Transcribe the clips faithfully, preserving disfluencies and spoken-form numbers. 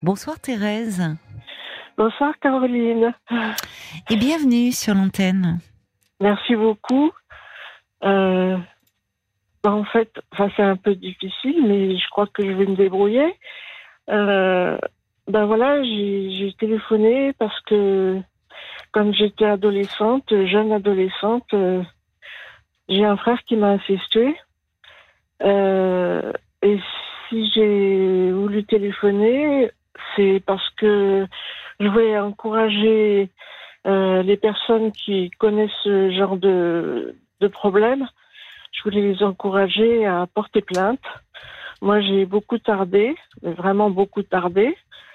Bonsoir Thérèse. Bonsoir Caroline. Et bienvenue sur l'antenne. Merci beaucoup. Euh, bah en fait, enfin, c'est un peu difficile, mais je crois que je vais me débrouiller. Euh, ben voilà, j'ai, j'ai téléphoné parce que quand j'étais adolescente, jeune adolescente, euh, j'ai un frère qui m'a assistée. Euh, et si j'ai voulu téléphoner, c'est parce que je voulais encourager euh, les personnes qui connaissent ce genre de, de problème. Je voulais les encourager à porter plainte. Moi, j'ai beaucoup tardé, mais vraiment beaucoup tardé.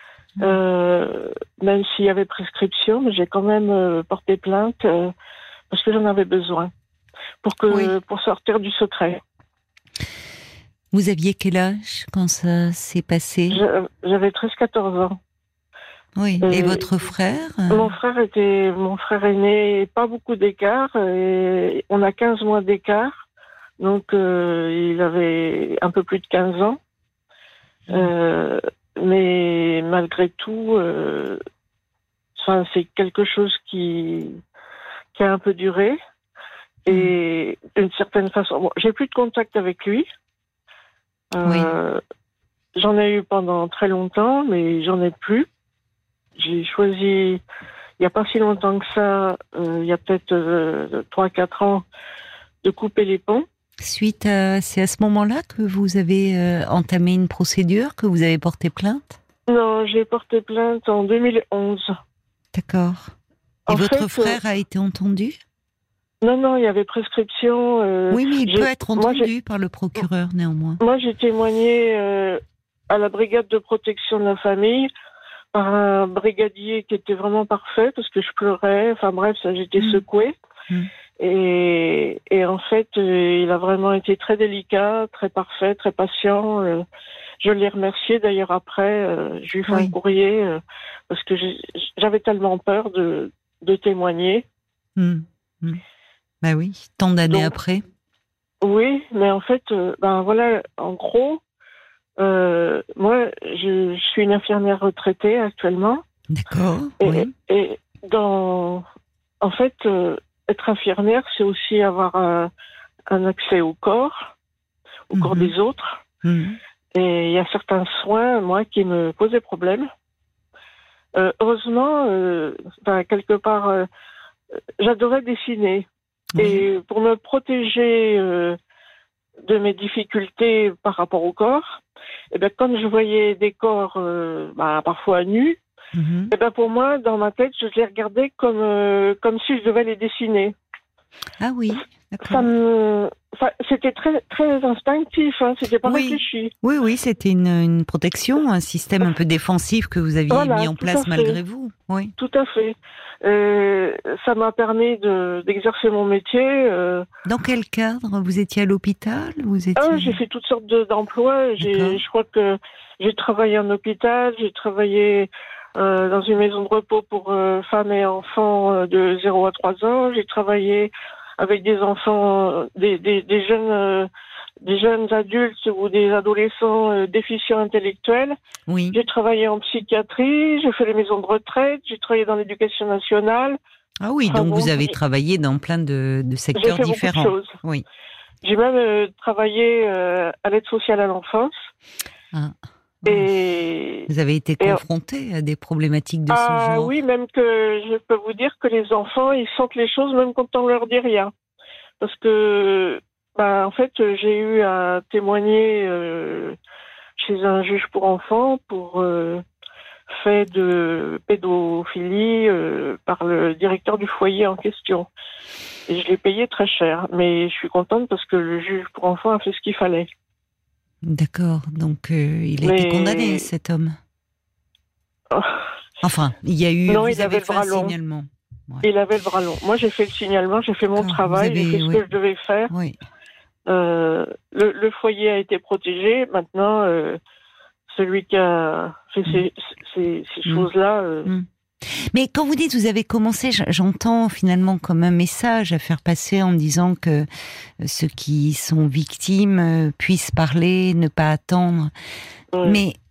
Euh, même s'il y avait prescription, mais j'ai quand même euh, porté plainte euh, parce que j'en avais besoin pour que Oui. pour sortir du secret. Vous aviez quel âge quand ça s'est passé ? Je, j'avais treize quatorze ans. Oui. Et Et votre frère ? Mon frère était mon frère aîné, pas beaucoup d'écart. Et on a quinze mois d'écart, donc euh, il avait un peu plus de quinze ans. Euh, mais malgré tout, euh, enfin, c'est quelque chose qui qui a un peu duré. Et d'une certaine façon, bon, j'ai plus de contact avec lui. Euh, oui. J'en ai eu pendant très longtemps, mais j'en ai plus. J'ai choisi, il n'y a pas si longtemps que ça, euh, il y a peut-être euh, trois quatre ans, de couper les ponts. Suite à, c'est à ce moment-là que vous avez euh, entamé une procédure, que vous avez porté plainte ? Non, j'ai porté plainte en deux mille onze. D'accord. Et en votre fait, frère euh, a été entendu ? Non, non, il y avait prescription. Euh, oui, mais il j'ai, peut être entendu moi, par le procureur néanmoins. Moi, j'ai témoigné euh, à la brigade de protection de la famille par un brigadier qui était vraiment parfait parce que je pleurais. Enfin bref, ça, j'étais mmh. secouée. Mmh. Et, et en fait, euh, il a vraiment été très délicat, très parfait, très patient. Euh, je l'ai remercié d'ailleurs après. Euh, je lui ai fait Oui. un courrier euh, parce que j'ai, j'avais tellement peur de, de témoigner. Mmh. Mmh. Bah oui, tant d'années Donc, après. Oui, mais en fait, euh, ben voilà, en gros, euh, moi, je, je suis une infirmière retraitée actuellement. D'accord, Et, oui. et dans, en fait, euh, être infirmière, c'est aussi avoir un, un accès au corps, au mmh. corps des autres. Mmh. Et il y a certains soins, moi, qui me posaient problème. Euh, heureusement, euh, ben, quelque part, euh, j'adorais dessiner. Oui. Et pour me protéger euh, de mes difficultés par rapport au corps, et ben quand je voyais des corps euh, bah, parfois nus, mmh. et ben pour moi, dans ma tête, je les regardais comme euh, comme si je devais les dessiner. Ah oui, d'accord. Ça me, ça, c'était très très instinctif, hein, c'était pas oui. réfléchi. Oui, oui, c'était une, une protection, un système un peu défensif que vous aviez Voilà, mis en tout place à fait. malgré vous. Oui. Tout à fait. Euh, ça m'a permis de, d'exercer mon métier. Euh... Dans quel cadre ? Vous étiez à l'hôpital ? Vous étiez... Ah, j'ai fait toutes sortes de, d'emplois. J'ai, je crois que j'ai travaillé en hôpital, j'ai travaillé euh, dans une maison de repos pour euh, femmes et enfants euh, de zéro à trois ans. J'ai travaillé avec des enfants, euh, des, des, des jeunes... Euh, des jeunes adultes ou des adolescents euh, déficients intellectuels. Oui. J'ai travaillé en psychiatrie, j'ai fait les maisons de retraite, j'ai travaillé dans l'éducation nationale. Ah oui, enfin, donc bon, vous avez travaillé dans plein de, de secteurs j'ai fait différents. beaucoup de choses. Oui. J'ai même euh, travaillé euh, à l'aide sociale à l'enfance. Ah, oui. Et vous avez été et, confronté à des problématiques de ah, ce genre. Oui, même que je peux vous dire que les enfants, ils sentent les choses même quand on leur dit rien. Parce que, bah, en fait, j'ai eu à témoigner euh, chez un juge pour enfants pour euh, fait de pédophilie euh, par le directeur du foyer en question. Et je l'ai payé très cher. Mais je suis contente parce que le juge pour enfants a fait ce qu'il fallait. D'accord. Donc, euh, il a mais... été condamné, cet homme. Oh. Enfin, il y a eu... Non, vous il avez avait fait le bras un long. signalement. Ouais. Il avait le bras long. Moi, j'ai fait le signalement, j'ai fait mon D'accord. travail, avez... j'ai fait ce oui. que je devais faire. Oui. Euh, le, le foyer a été protégé. Maintenant, euh, celui qui a fait mmh. ces, ces, ces mmh. choses-là... Euh... Mmh. Mais quand vous dites vous avez commencé, j'entends finalement comme un message à faire passer en disant que ceux qui sont victimes puissent parler, ne pas attendre. Oui. Mais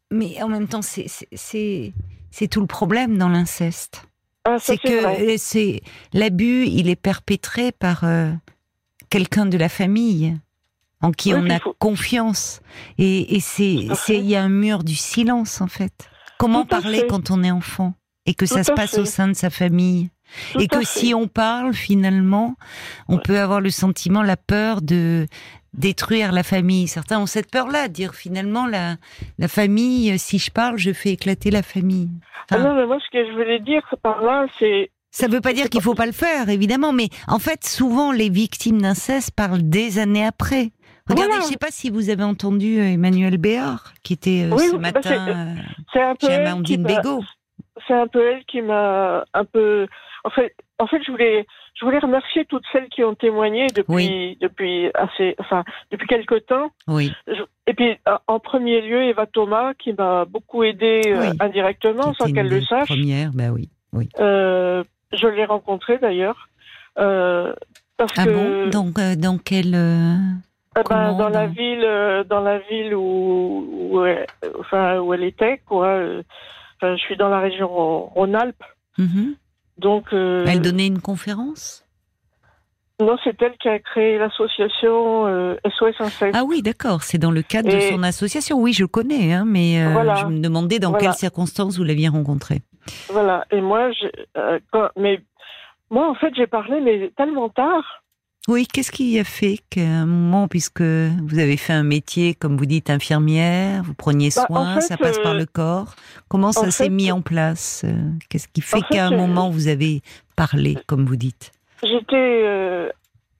mais en même temps, c'est, c'est, c'est, c'est tout le problème dans l'inceste. Ah, ça, c'est, c'est que vrai. c'est, l'abus, il est perpétré par euh, quelqu'un de la famille en qui Oui, on puis a faut- confiance. Et, et c'est, Tout à c'est, fait. il y a un mur du silence, en fait. Comment Tout à parler fait. quand on est enfant et que ça Tout se à passe fait. au sein de sa famille? Tout Et que à si fait. on parle, finalement, on Ouais. peut avoir le sentiment, la peur de détruire la famille. Certains ont cette peur-là, dire finalement, la, la famille, si je parle, je fais éclater la famille. Ah Enfin, non, mais moi, ce que je voulais dire par là, c'est... ça ne veut pas dire c'est qu'il faut pas le faire, évidemment, mais en fait, souvent, les victimes d'inceste parlent des années après. Regardez, Voilà. je ne sais pas si vous avez entendu euh, Emmanuelle Béard, qui était euh, Oui, ce oui, bah, c'est, matin euh, c'est un peu chez elle qui Amandine m'a... Bégaud. C'est un peu elle qui m'a un peu... En fait, en fait, je voulais, je voulais remercier toutes celles qui ont témoigné depuis, Oui. depuis assez, enfin, depuis quelque temps. Oui, Je- Et puis, en premier lieu, Eva Thomas, qui m'a beaucoup aidée euh, oui. indirectement, Qui sans était qu'elle une le des sache. premières, ben oui, oui. Euh, je l'ai rencontrée d'ailleurs. Euh, parce Ah que, bon? Donc, euh, dans quel... euh, eh ben, comment dans la dans... ville, euh, dans la ville où, où, elle, enfin, où elle était, quoi. euh, Enfin, je suis dans la région Rhône-Alpes, Mhm. donc. Euh, Elle donnait une conférence? non, c'est elle qui a créé l'association euh, S O S Inceste. Ah oui, d'accord, c'est dans le cadre de Et son association. Oui, je connais, hein, mais euh, voilà, je me demandais dans voilà, quelles circonstances vous l'aviez rencontrée. voilà. Et moi, j'ai, euh, quand, mais moi, en fait, j'ai parlé, mais tellement tard. Oui, qu'est-ce qui a fait qu'à un moment, puisque vous avez fait un métier, comme vous dites, infirmière, vous preniez Bah, en soin, fait, ça passe par euh, le corps, comment ça en s'est fait, mis en place? euh, Qu'est-ce qui en fait fait, qu'à un euh, moment, vous avez parlé, comme vous dites? j'étais, euh,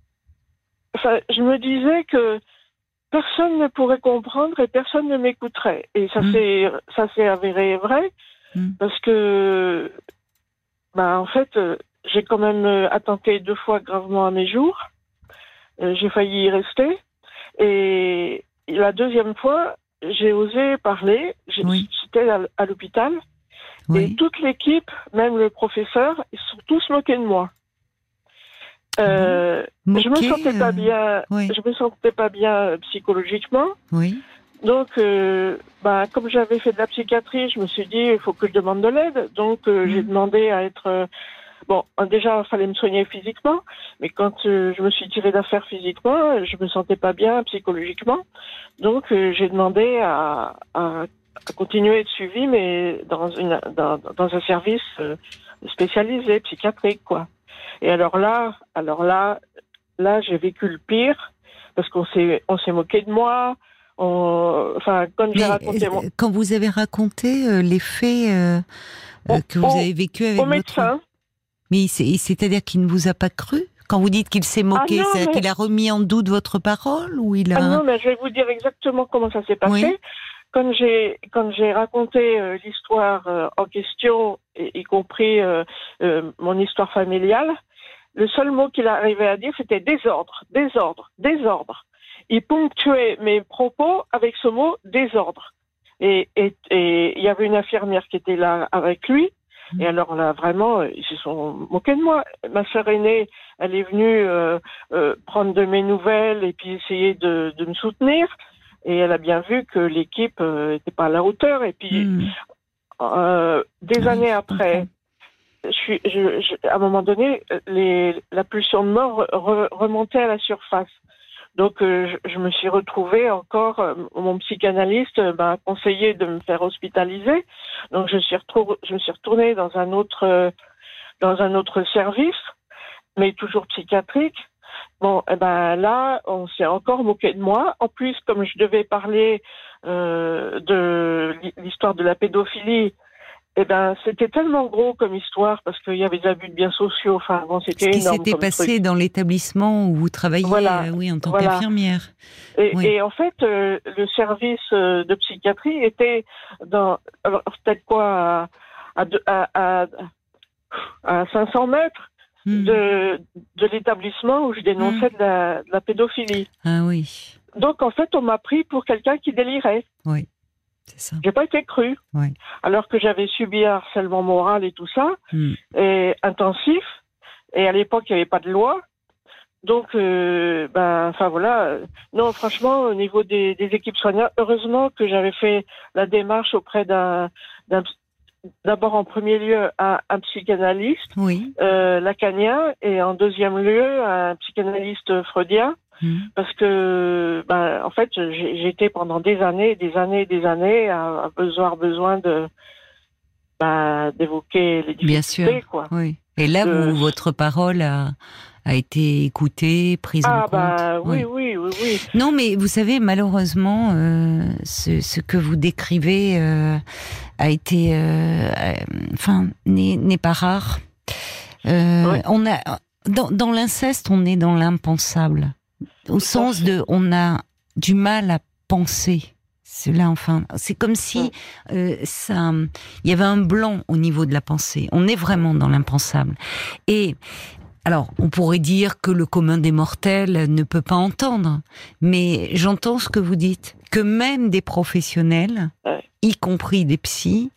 enfin, je me disais que personne ne pourrait comprendre et personne ne m'écouterait. Et ça Mmh. s'est, ça s'est avéré vrai Mmh. parce que, bah, en fait, euh, j'ai quand même euh, attenté deux fois gravement à mes jours. Euh, j'ai failli y rester. Et la deuxième fois, j'ai osé parler. J'ai- Oui, J'étais à, à l'hôpital. Et oui. toute l'équipe, même le professeur, ils se sont tous moqués de moi. Ah bon? Euh, je me Moqué, sentais pas euh, bien. oui, Je me sentais pas bien euh, psychologiquement. oui. Donc, euh, bah, comme j'avais fait de la psychiatrie, je me suis dit, il faut que je demande de l'aide. Donc, euh, j'ai Mmh. demandé à être... euh, bon, euh, déjà, il fallait me soigner physiquement. Mais quand euh, je me suis tirée d'affaire physiquement, euh, je me sentais pas bien psychologiquement. Donc, euh, j'ai demandé à, à, à continuer à être suivie, mais dans, une, dans, dans un service euh, spécialisé, psychiatrique, quoi. Et alors là, alors là, là, j'ai vécu le pire, parce qu'on s'est, on s'est moqué de moi. On, enfin, quand j'ai Mais raconté mon, euh, quand vous avez raconté euh, les faits euh, au, euh, que vous au, avez vécu avec au votre... médecin. Mais c'est- c'est-à-dire qu'il ne vous a pas cru? Quand vous dites qu'il s'est Ah moqué, non, c'est-à-dire mais, qu'il a remis en doute votre parole ou il ah a... non, mais je vais vous dire exactement comment ça s'est passé. Oui, Quand j'ai, quand j'ai raconté euh, l'histoire euh, en question, y, y compris euh, euh, mon histoire familiale, le seul mot qu'il arrivait à dire, c'était désordre, désordre, désordre. Il ponctuait mes propos avec ce mot désordre. Et et et il y avait une infirmière qui était là avec lui. Et alors là, vraiment, euh, ils se sont moqués de moi. Ma sœur aînée, elle est venue euh, euh, prendre de mes nouvelles et puis essayer de, de me soutenir. Et elle a bien vu que l'équipe n'était pas à la hauteur. Et puis, mmh. euh, des Oui, années je après, je suis, je, je, à un moment donné, les, la pulsion de mort re, remontait à la surface. Donc, euh, je, je me suis retrouvée encore, euh, mon psychanalyste m'a conseillé de me faire hospitaliser. Donc, je, suis retrou- je me suis retournée dans un autre, euh, dans un autre service, mais toujours psychiatrique. Bon, eh ben là, on s'est encore moqué de moi. En plus, comme je devais parler euh, de l'histoire de la pédophilie, eh ben c'était tellement gros comme histoire parce qu'il y avait des abus de biens sociaux. Enfin, bon, Ce c'était qui énorme s'était comme passé truc. dans l'établissement où vous travailliez, Voilà, euh, oui, en tant voilà. qu'infirmière. Et, Oui. et en fait, euh, le service euh, de psychiatrie était dans alors, peut-être quoi à, à, deux- à, à, à cinq cents mètres Mmh. de, de l'établissement où je dénonçais Mmh. de, la, de la pédophilie. Ah oui, Donc en fait, on m'a pris pour quelqu'un qui délirait. oui, c'est ça. J'ai pas été crue. Oui. Alors que j'avais subi un harcèlement moral et tout ça, Mmh. et intensif. Et à l'époque, il n'y avait pas de loi. donc, euh, ben, enfin voilà. Non, franchement, au niveau des, des équipes soignantes, heureusement que j'avais fait la démarche auprès d'un, d'un d'abord en premier lieu un, un psychanalyste, Oui. euh, lacanien, et en deuxième lieu un psychanalyste freudien, mmh. parce que, ben, en fait, j'ai, j'étais pendant des années, des années, des années à, à besoin, besoin de, ben, d'évoquer les difficultés, bien sûr, quoi. Oui. Et là, de... vous, votre parole a, a été écoutée, prise ah, en compte. Ah, bah, oui, oui, oui, oui, oui. Non, mais vous savez, malheureusement, euh, ce, ce que vous décrivez euh, a été, euh, enfin, n'est, n'est pas rare. Euh, oui. On a, dans, dans l'inceste, on est dans l'impensable, au sens de, on a du mal à penser. Cela, enfin, c'est comme si euh, ça, il y avait un blanc au niveau de la pensée. On est vraiment dans l'impensable. Et alors, on pourrait dire que le commun des mortels ne peut pas entendre, mais j'entends ce que vous dites, que même des professionnels, ouais. y compris des psys,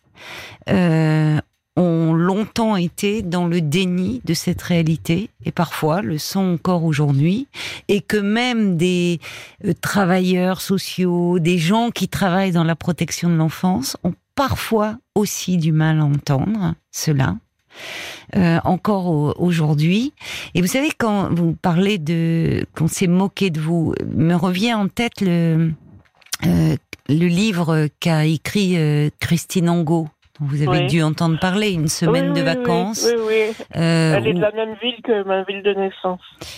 euh, ont longtemps été dans le déni de cette réalité, et parfois le sont encore aujourd'hui, et que même des euh, travailleurs sociaux, des gens qui travaillent dans la protection de l'enfance, ont parfois aussi du mal à entendre cela. Euh, encore au, aujourd'hui. Et vous savez, quand vous parlez de qu'on s'est moqué de vous, me revient en tête le euh, le livre qu'a écrit euh, Christine Angot, dont vous avez oui. dû entendre parler, Une semaine oui, de oui, vacances. Oui, oui, oui. Euh, Elle est où, de la même ville que ma ville de naissance.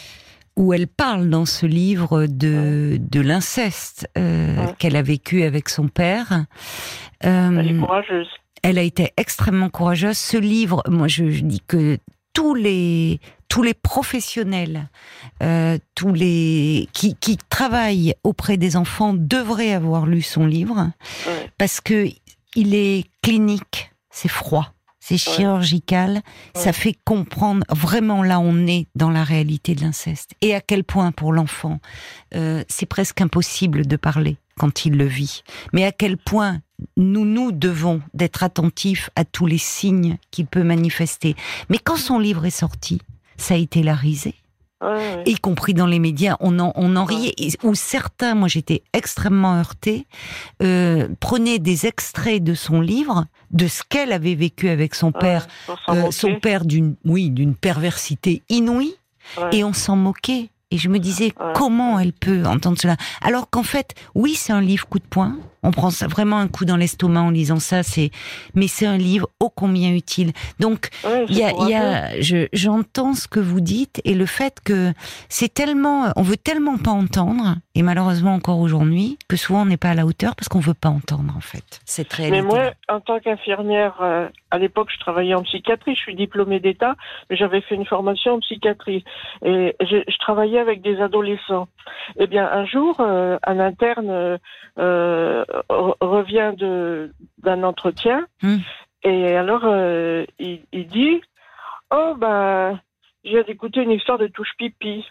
Où elle parle dans ce livre de ouais. de l'inceste euh, ouais. qu'elle a vécu avec son père. Euh, Elle est courageuse. Elle a été extrêmement courageuse. Ce livre, moi, je, je dis que tous les tous les professionnels, euh, tous les qui, qui travaillent auprès des enfants devraient avoir lu son livre, ouais. parce que il est clinique, c'est froid, c'est chirurgical, ouais. ça fait comprendre vraiment là on est dans la réalité de l'inceste et à quel point pour l'enfant euh, c'est presque impossible de parler quand il le vit, mais à quel point nous nous devons d'être attentifs à tous les signes qu'il peut manifester. Mais quand son livre est sorti, ça a été la risée. Ouais, ouais. Y compris dans les médias, on en, on en riait. Ouais. Où certains, moi j'étais extrêmement heurtée, euh, prenaient des extraits de son livre, de ce qu'elle avait vécu avec son père, ouais, euh, son père d'une, oui, d'une perversité inouïe, ouais. et on s'en moquait. Et je me disais, ouais. comment elle peut entendre cela ? Alors qu'en fait, oui, c'est un livre coup de poing. On prend ça, vraiment un coup dans l'estomac en lisant ça. C'est, mais c'est un livre ô combien utile. Donc, il ouais, y a, il y a, je, j'entends ce que vous dites et le fait que c'est tellement, on veut tellement pas entendre, et malheureusement encore aujourd'hui, que souvent on n'est pas à la hauteur parce qu'on veut pas entendre en fait cette réalité. Mais moi, en tant qu'infirmière, euh, à l'époque, je travaillais en psychiatrie. Je suis diplômée d'État, mais j'avais fait une formation en psychiatrie et je, je travaillais avec des adolescents. Eh bien, un jour, euh, un interne euh, euh, revient de d'un entretien mmh. et alors euh, il, il dit oh ben je viens d'écouter une histoire de touche pipi.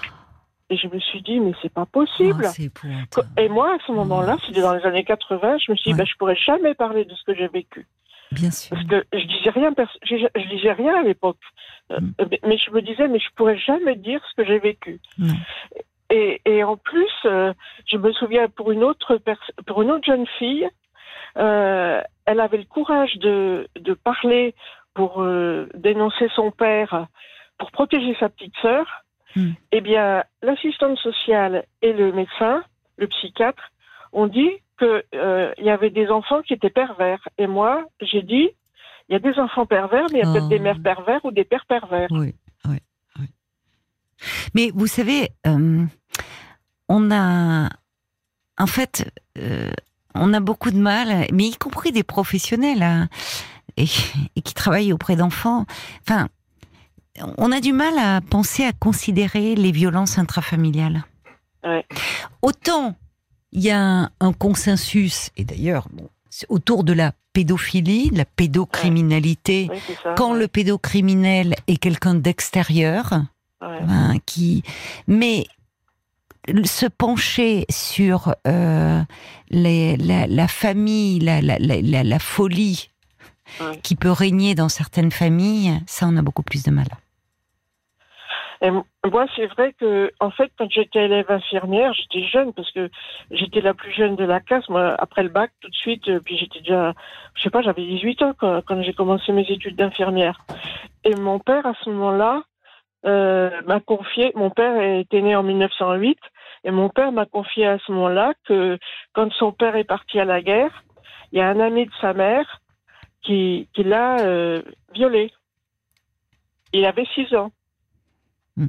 Et je me suis dit mais c'est pas possible. Oh, c'est épouvantable. Et moi à ce moment-là, oh, c'était dans les années quatre-vingts, je me suis dit ouais. ben je pourrais jamais parler de ce que j'ai vécu. Bien sûr. Parce que je disais rien, je, je disais rien à l'époque, mmh. mais je me disais mais je pourrais jamais dire ce que j'ai vécu. Mmh. Et, et en plus, euh, je me souviens pour une autre pers- pour une autre jeune fille, euh, elle avait le courage de de parler pour euh, dénoncer son père, pour protéger sa petite sœur. Mm. Eh bien, l'assistante sociale et le médecin, le psychiatre, ont dit que euh, il y avait des enfants qui étaient pervers. Et moi, j'ai dit, il y a des enfants pervers, mais il y a oh. peut-être des mères pervers ou des pères pervers. Oui, oui, oui. Mais vous savez, euh, on a, en fait, euh, on a beaucoup de mal, mais y compris des professionnels, hein, et, et qui travaillent auprès d'enfants. Enfin, on a du mal à penser, à considérer les violences intrafamiliales. Ouais. Autant il y a un, un consensus, et d'ailleurs, bon, c'est autour de la pédophilie, de la pédocriminalité, ouais. Oui, ça, quand ouais. le pédocriminel est quelqu'un d'extérieur, ouais. hein, qui, mais se pencher sur euh, les, la, la famille, la, la, la, la folie ouais. qui peut régner dans certaines familles, ça on a beaucoup plus de mal. Et Moi, c'est vrai que, en fait, quand j'étais élève infirmière, j'étais jeune parce que j'étais la plus jeune de la classe. Moi, après le bac, tout de suite, euh, puis j'étais déjà, je sais pas, j'avais dix-huit ans quand, quand j'ai commencé mes études d'infirmière. Et mon père, à ce moment-là, euh, m'a confié, mon père était né en mille neuf cent huit, et mon père m'a confié à ce moment-là que quand son père est parti à la guerre, il y a un ami de sa mère qui, qui l'a euh, violé. Il avait six ans. Mm.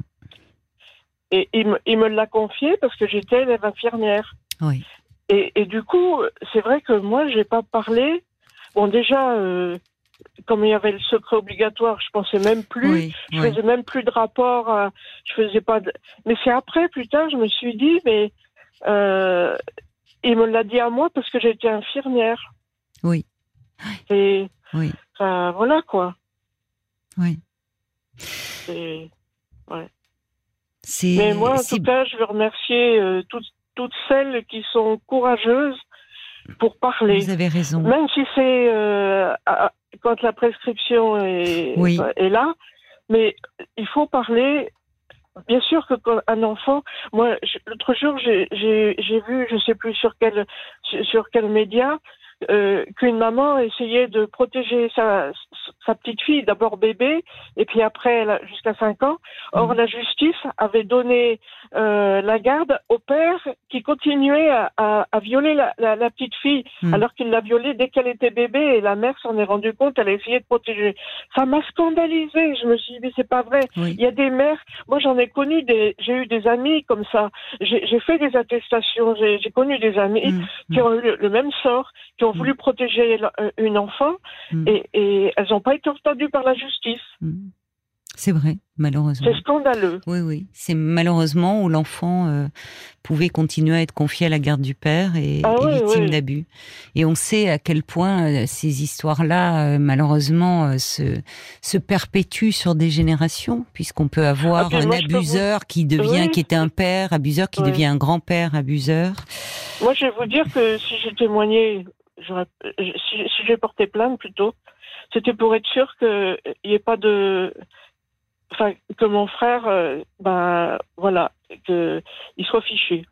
Et il me, il me l'a confié parce que j'étais élève infirmière. Oui. Et, et du coup, c'est vrai que moi, j'ai pas parlé. Bon, déjà, euh, comme il y avait le secret obligatoire, je pensais même plus. Oui, je oui. faisais même plus de rapport. À, je faisais pas. De... Mais c'est après, plus tard, je me suis dit, mais euh, il me l'a dit à moi parce que j'étais infirmière. Oui. Et Oui. euh, voilà quoi. Oui. Et, ouais. C'est, Mais moi, en c'est... tout cas, je veux remercier euh, toutes, toutes celles qui sont courageuses pour parler. Vous avez raison. Même si c'est euh, à, quand la prescription est, Oui. est là, mais il faut parler. Bien sûr que quand un enfant, moi, je, l'autre jour, j'ai, j'ai, j'ai vu, je sais plus sur quel, sur, sur quel média, euh, qu'une maman essayait de protéger sa, sa petite fille, d'abord bébé, et puis après elle a- jusqu'à cinq ans. Or, Mmh. la justice avait donné euh, la garde au père qui continuait à, à, à violer la, la, la petite fille, Mmh. alors qu'il l'a violée dès qu'elle était bébé, et la mère s'en est rendue compte, elle a essayé de protéger. Ça m'a scandalisée, je me suis dit, mais c'est pas vrai. Oui. Il y a des mères, moi j'en ai connu des, j'ai eu des amis comme ça, j'ai, j'ai fait des attestations, j'ai, j'ai connu des amis Mmh. qui ont eu le, le même sort, qui ont Mm. voulu protéger la- euh, une enfant, Mm. et, et elles n'ont pas été entendues par la justice. Mm. C'est vrai, malheureusement. C'est scandaleux. Oui, oui. C'est malheureusement où l'enfant euh, pouvait continuer à être confié à la garde du père et, Ah et oui, victime oui. d'abus. Et on sait à quel point euh, ces histoires-là, euh, malheureusement, euh, se, se perpétuent sur des générations, puisqu'on peut avoir Ah, puis un moi, je peux abuseur qui devient, Oui. qui était un père abuseur, qui Oui. devient un grand-père abuseur. Moi, je vais vous dire que si j'ai témoigné, j'aurais- euh, si, si j'ai porté plainte plutôt, c'était pour être sûr qu'il n'y ait pas de... Enfin, que mon frère, euh, ben, voilà, qu'il soit fiché.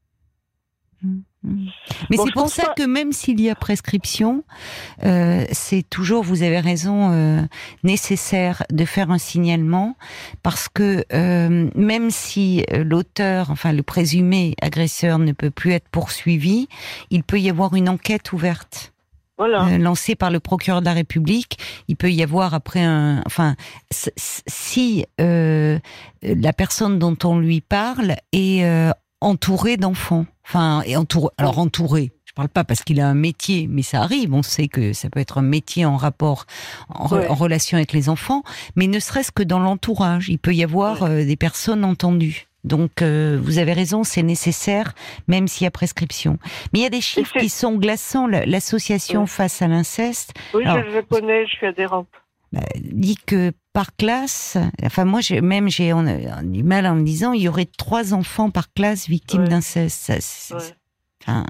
Mm. Mm. Mais Bon, c'est je pour pense ça pas- que même s'il y a prescription, euh, c'est toujours, vous avez raison, euh, nécessaire de faire un signalement, parce que euh, même si euh, l'auteur, enfin le présumé agresseur ne peut plus être poursuivi, il peut y avoir une enquête ouverte. Voilà. Euh, lancée par le procureur de la République, il peut y avoir après un, enfin, s- s- si euh, la personne dont on lui parle est euh, entourée d'enfants, enfin, et entouré, alors entouré. Je parle pas parce qu'il a un métier, mais ça arrive. On sait que ça peut être un métier en rapport, en, re- Ouais. en relation avec les enfants, mais ne serait-ce que dans l'entourage, il peut y avoir euh, des personnes entendues. Donc, euh, vous avez raison, c'est nécessaire, même s'il y a prescription. Mais il y a des chiffres c'est- qui sont glaçants. L- L'association Ouais. Face à l'inceste Oui, Alors, je, je connais, je suis adhérente. bah, dit que par classe, enfin moi, j'ai, même j'ai on a, on a du mal en me disant, il y aurait trois enfants par classe victimes Ouais. d'inceste. Ça, c'est- Ouais. c'est- enfin,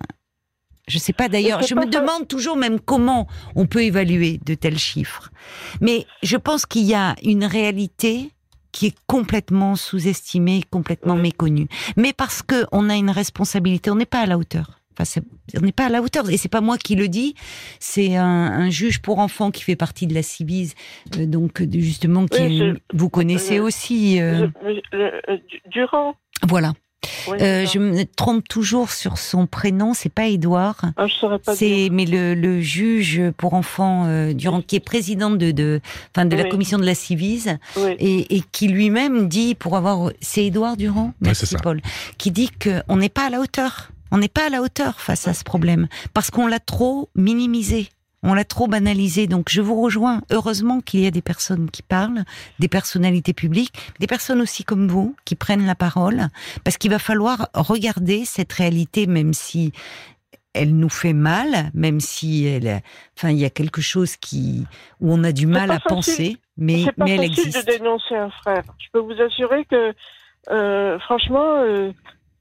je sais pas d'ailleurs. Mais c'est Je pas me ça. demande toujours même comment on peut évaluer de tels chiffres. Mais je pense qu'il y a une réalité qui est complètement sous-estimée, complètement Ouais. méconnue. Mais parce que on a une responsabilité, on n'est pas à la hauteur. Enfin, c'est- on n'est pas à la hauteur. Et c'est pas moi qui le dis, c'est un, un juge pour enfants qui fait partie de la Cibise, euh, donc de- justement qui Oui, est- c'est- vous connaissez euh, aussi. euh, Je- je- le- euh, du- Durand. voilà. Oui, Euh, c'est je ça. me trompe toujours sur son prénom. C'est pas Édouard. Ah, je saurais pas C'est dire. mais le, le juge pour enfants euh, Durand, qui est président de de enfin de la Oui. commission de la Civise, Oui. et, et qui lui-même dit, pour avoir, c'est Édouard Durand, merci c'est ça. Paul, qui dit que on n'est pas à la hauteur. On n'est pas à la hauteur face à ce problème parce qu'on l'a trop minimisé. On l'a trop banalisé, donc je vous rejoins. Heureusement qu'il y a des personnes qui parlent, des personnalités publiques, des personnes aussi comme vous qui prennent la parole, parce qu'il va falloir regarder cette réalité, même si elle nous fait mal, même si elle, enfin, il y a quelque chose qui où on a du mal pas à facile. penser, mais C'est pas mais elle facile existe. de dénoncer un frère. Je peux vous assurer que, euh, franchement, euh,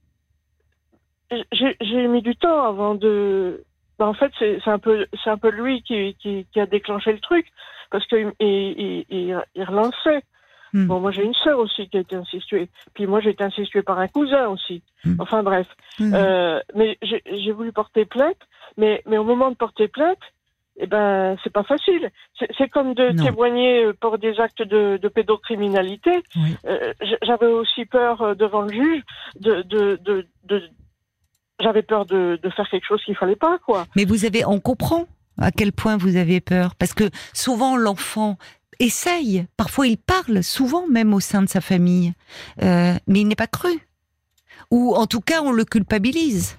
j'ai j'ai mis du temps avant de. Ben, en fait, c'est c'est un peu, c'est un peu lui qui, qui, qui a déclenché le truc parce qu'il il, il, il, il relançait. Mmh. Bon, moi j'ai une sœur aussi qui a été incestuée. Puis moi j'ai été incestuée par un cousin aussi. Mmh. Enfin bref. Mmh. Euh, mais j'ai, j'ai voulu porter plainte, mais, mais au moment de porter plainte, eh ben, c'est pas facile. C'est, c'est comme de non. témoigner pour des actes de, de pédocriminalité. Oui. Euh, j'avais aussi peur devant le juge de, de, de, de j'avais peur de, de faire quelque chose qu'il fallait pas, quoi. Mais vous avez, on comprend à quel point vous avez peur, parce que souvent l'enfant essaye, parfois il parle, souvent même au sein de sa famille, euh, mais il n'est pas cru, ou en tout cas on le culpabilise.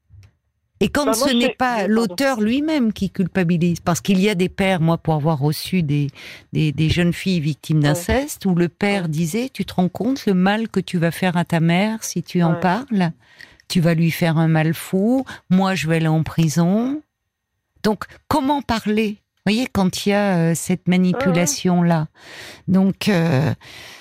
Et quand bah, ce moi, n'est pas l'auteur lui-même qui culpabilise, parce qu'il y a des pères, moi pour avoir reçu des, des, des jeunes filles victimes d'inceste, ouais. où le père ouais. disait, tu te rends compte le mal que tu vas faire à ta mère si tu en ouais. parles, tu vas lui faire un mal fou, moi je vais aller en prison. Donc comment parler, vous voyez, quand il y a euh, cette manipulation-là. Donc euh,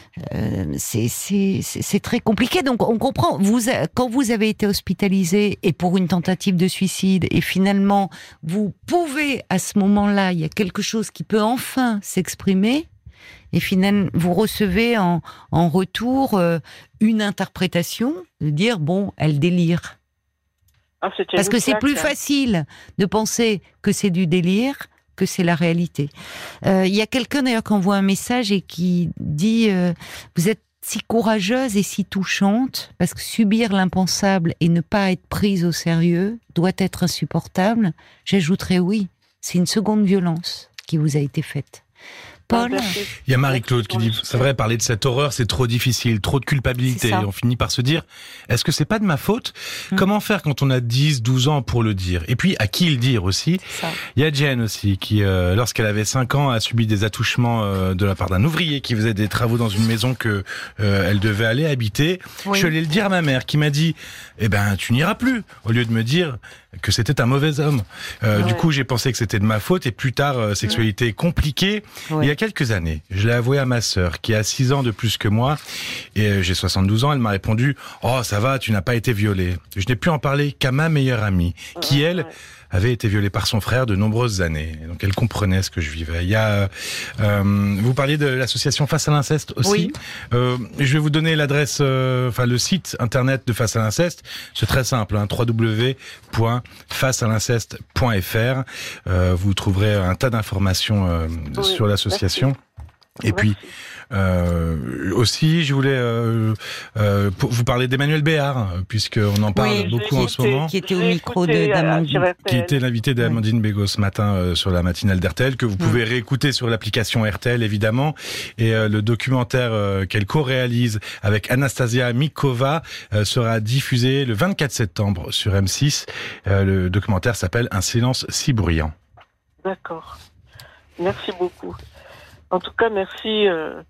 Euh, c'est, c'est, c'est, c'est très compliqué. Donc on comprend, vous, quand vous avez été hospitalisé et pour une tentative de suicide, et finalement vous pouvez à ce moment-là, il y a quelque chose qui peut enfin s'exprimer, et finalement vous recevez en, en retour euh, une interprétation de dire bon, elle délire. Ah, parce que c'est plus facile de penser que c'est du délire que c'est la réalité. Il euh, y a quelqu'un d'ailleurs qui envoie un message et qui dit euh, vous êtes si courageuse et si touchante, parce que subir l'impensable et ne pas être prise au sérieux doit être insupportable. J'ajouterais oui, c'est une seconde violence qui vous a été faite. Paul. Il y a Marie-Claude qui dit, c'est vrai, parler de cette horreur, c'est trop difficile, trop de culpabilité. Et on finit par se dire, est-ce que c'est pas de ma faute ? Hum. Comment faire quand on a dix, douze ans pour le dire ? Et puis, à qui le dire aussi ? Il y a Jen aussi, qui, euh, lorsqu'elle avait cinq ans, a subi des attouchements euh, de la part d'un ouvrier qui faisait des travaux dans une maison que euh, elle devait aller habiter. Oui. Je suis allé le dire à ma mère, qui m'a dit, eh ben, tu n'iras plus, au lieu de me dire que c'était un mauvais homme. Euh, ouais. Du coup, j'ai pensé que c'était de ma faute, et plus tard, euh, sexualité ouais. compliquée. Ouais. Il y a quelques années, je l'ai avoué à ma sœur, qui a six ans de plus que moi, et euh, j'ai soixante-douze ans, elle m'a répondu « Oh, ça va, tu n'as pas été violée ». Je n'ai pu en parler qu'à ma meilleure amie, qui, elle, avait été violée par son frère de nombreuses années. Donc, elle comprenait ce que je vivais. Il y a, euh, vous parliez de l'association Face à l'inceste aussi. Oui. Euh, je vais vous donner l'adresse, euh, enfin le site internet de Face à l'inceste. C'est très simple, hein, w w w point face à l'inceste point f r. Euh, vous trouverez un tas d'informations euh, oui, sur l'association. Merci. Et puis euh, aussi, je voulais euh, euh, vous parler d'Emmanuel Béard, puisqu'on en parle oui, beaucoup en ce moment. Qui était au micro de, d'Amandine. Qui était l'invité d'Amandine oui. Bégaud ce matin euh, sur la matinale d'R T L, que vous pouvez oui. réécouter sur l'application R T L évidemment. Et euh, le documentaire euh, qu'elle co-réalise avec Anastasia Mikova euh, sera diffusé le vingt-quatre septembre sur M six. Euh, le documentaire s'appelle Un silence si bruyant. D'accord. Merci beaucoup. En tout cas, merci. Euh...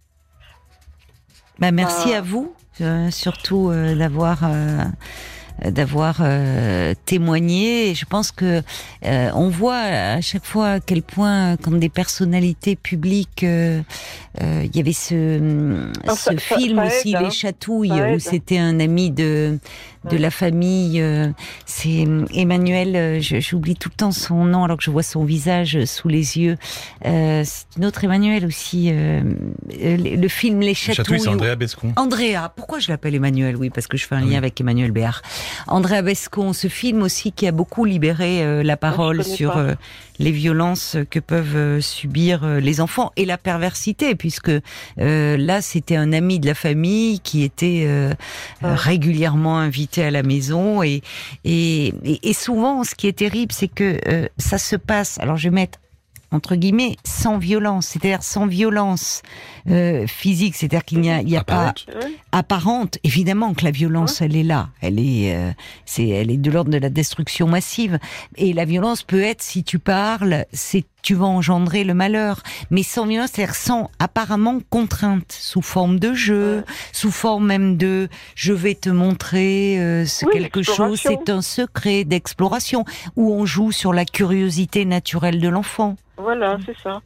Bah, merci à, à vous, euh, surtout euh, d'avoir euh, d'avoir euh, témoigné. Et je pense que euh, on voit à chaque fois à quel point, quand des personnalités publiques, euh, euh, il y avait ce, ah, ce ça, film ça, ça aussi, aide, Les hein. Chatouilles, où c'était un ami de de la famille. Euh, c'est Emmanuel, euh, j'oublie tout le temps son nom alors que je vois son visage sous les yeux. Euh, c'est une autre Emmanuel aussi. Euh, le, le film Les Chatouilles. Chatouilles, c'est Andrea Bescon. Andrea. Pourquoi je l'appelle Emmanuel ? Oui, parce que je fais un lien oui. avec Emmanuel Béard. Andrea Bescon, ce film aussi qui a beaucoup libéré euh, la parole sur euh, les violences que peuvent euh, subir euh, les enfants et la perversité, puisque euh, là, c'était un ami de la famille qui était euh, ouais. régulièrement invité à la maison et, et, et, et souvent, ce qui est terrible, c'est que euh, ça se passe, alors je vais mettre entre guillemets, sans violence, c'est-à-dire sans violence euh, physique, c'est-à-dire qu'il n'y a, il y a apparente. pas apparente. Évidemment que la violence, ouais. elle est là, elle est, euh, c'est, elle est de l'ordre de la destruction massive. Et la violence peut être, si tu parles, c'est tu vas engendrer le malheur, mais sans violence, c'est-à-dire sans apparemment contrainte, sous forme de jeu, ouais. sous forme même de je vais te montrer euh, ce oui, quelque chose, c'est un secret d'exploration où on joue sur la curiosité naturelle de l'enfant. Voilà, c'est ça.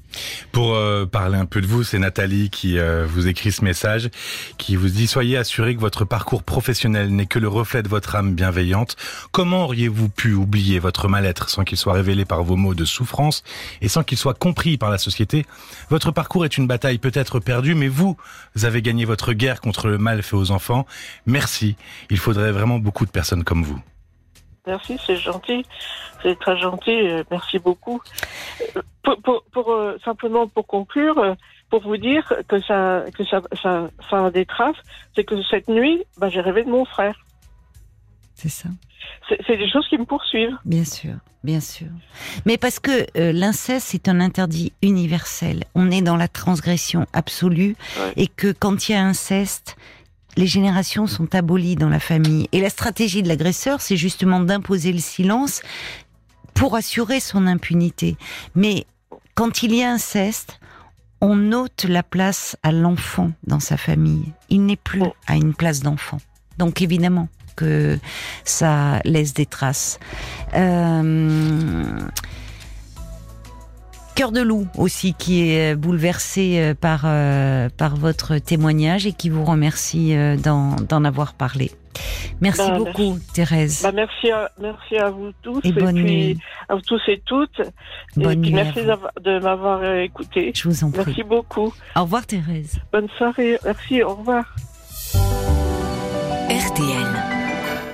Pour euh, parler un peu de vous, c'est Nathalie qui euh, vous écrit ce message, qui vous dit « Soyez assurés que votre parcours professionnel n'est que le reflet de votre âme bienveillante. Comment auriez-vous pu oublier votre mal-être sans qu'il soit révélé par vos mots de souffrance et sans qu'il soit compris par la société? Votre parcours est une bataille peut-être perdue, mais vous avez gagné votre guerre contre le mal fait aux enfants. Merci. Il faudrait vraiment beaucoup de personnes comme vous. » Merci, c'est gentil, c'est très gentil, merci beaucoup. Pour, pour, pour euh, simplement pour conclure, euh, pour vous dire que ça, que ça, ça, ça a des traces, c'est que cette nuit, bah, j'ai rêvé de mon frère. C'est ça. C'est, c'est des choses qui me poursuivent. Bien sûr, bien sûr. Mais parce que euh, l'inceste, c'est un interdit universel. On est dans la transgression absolue, ouais. Et que quand il y a inceste, les générations sont abolies dans la famille. Et la stratégie de l'agresseur, c'est justement d'imposer le silence pour assurer son impunité. Mais quand il y a inceste, on ôte la place à l'enfant dans sa famille. Il n'est plus à une place d'enfant. Donc évidemment que ça laisse des traces. Euh... Cœur de loup aussi, qui est bouleversé par, euh, par votre témoignage et qui vous remercie euh, d'en, d'en avoir parlé. Merci bah, beaucoup, merci. Thérèse. Bah, merci, à, merci à vous tous. Et, et bonne puis, nuit. À vous tous et toutes. Bonne et puis nuit merci de m'avoir écouté. Je vous en prie. Merci beaucoup. Au revoir, Thérèse. Bonne soirée. Merci, au revoir. R T L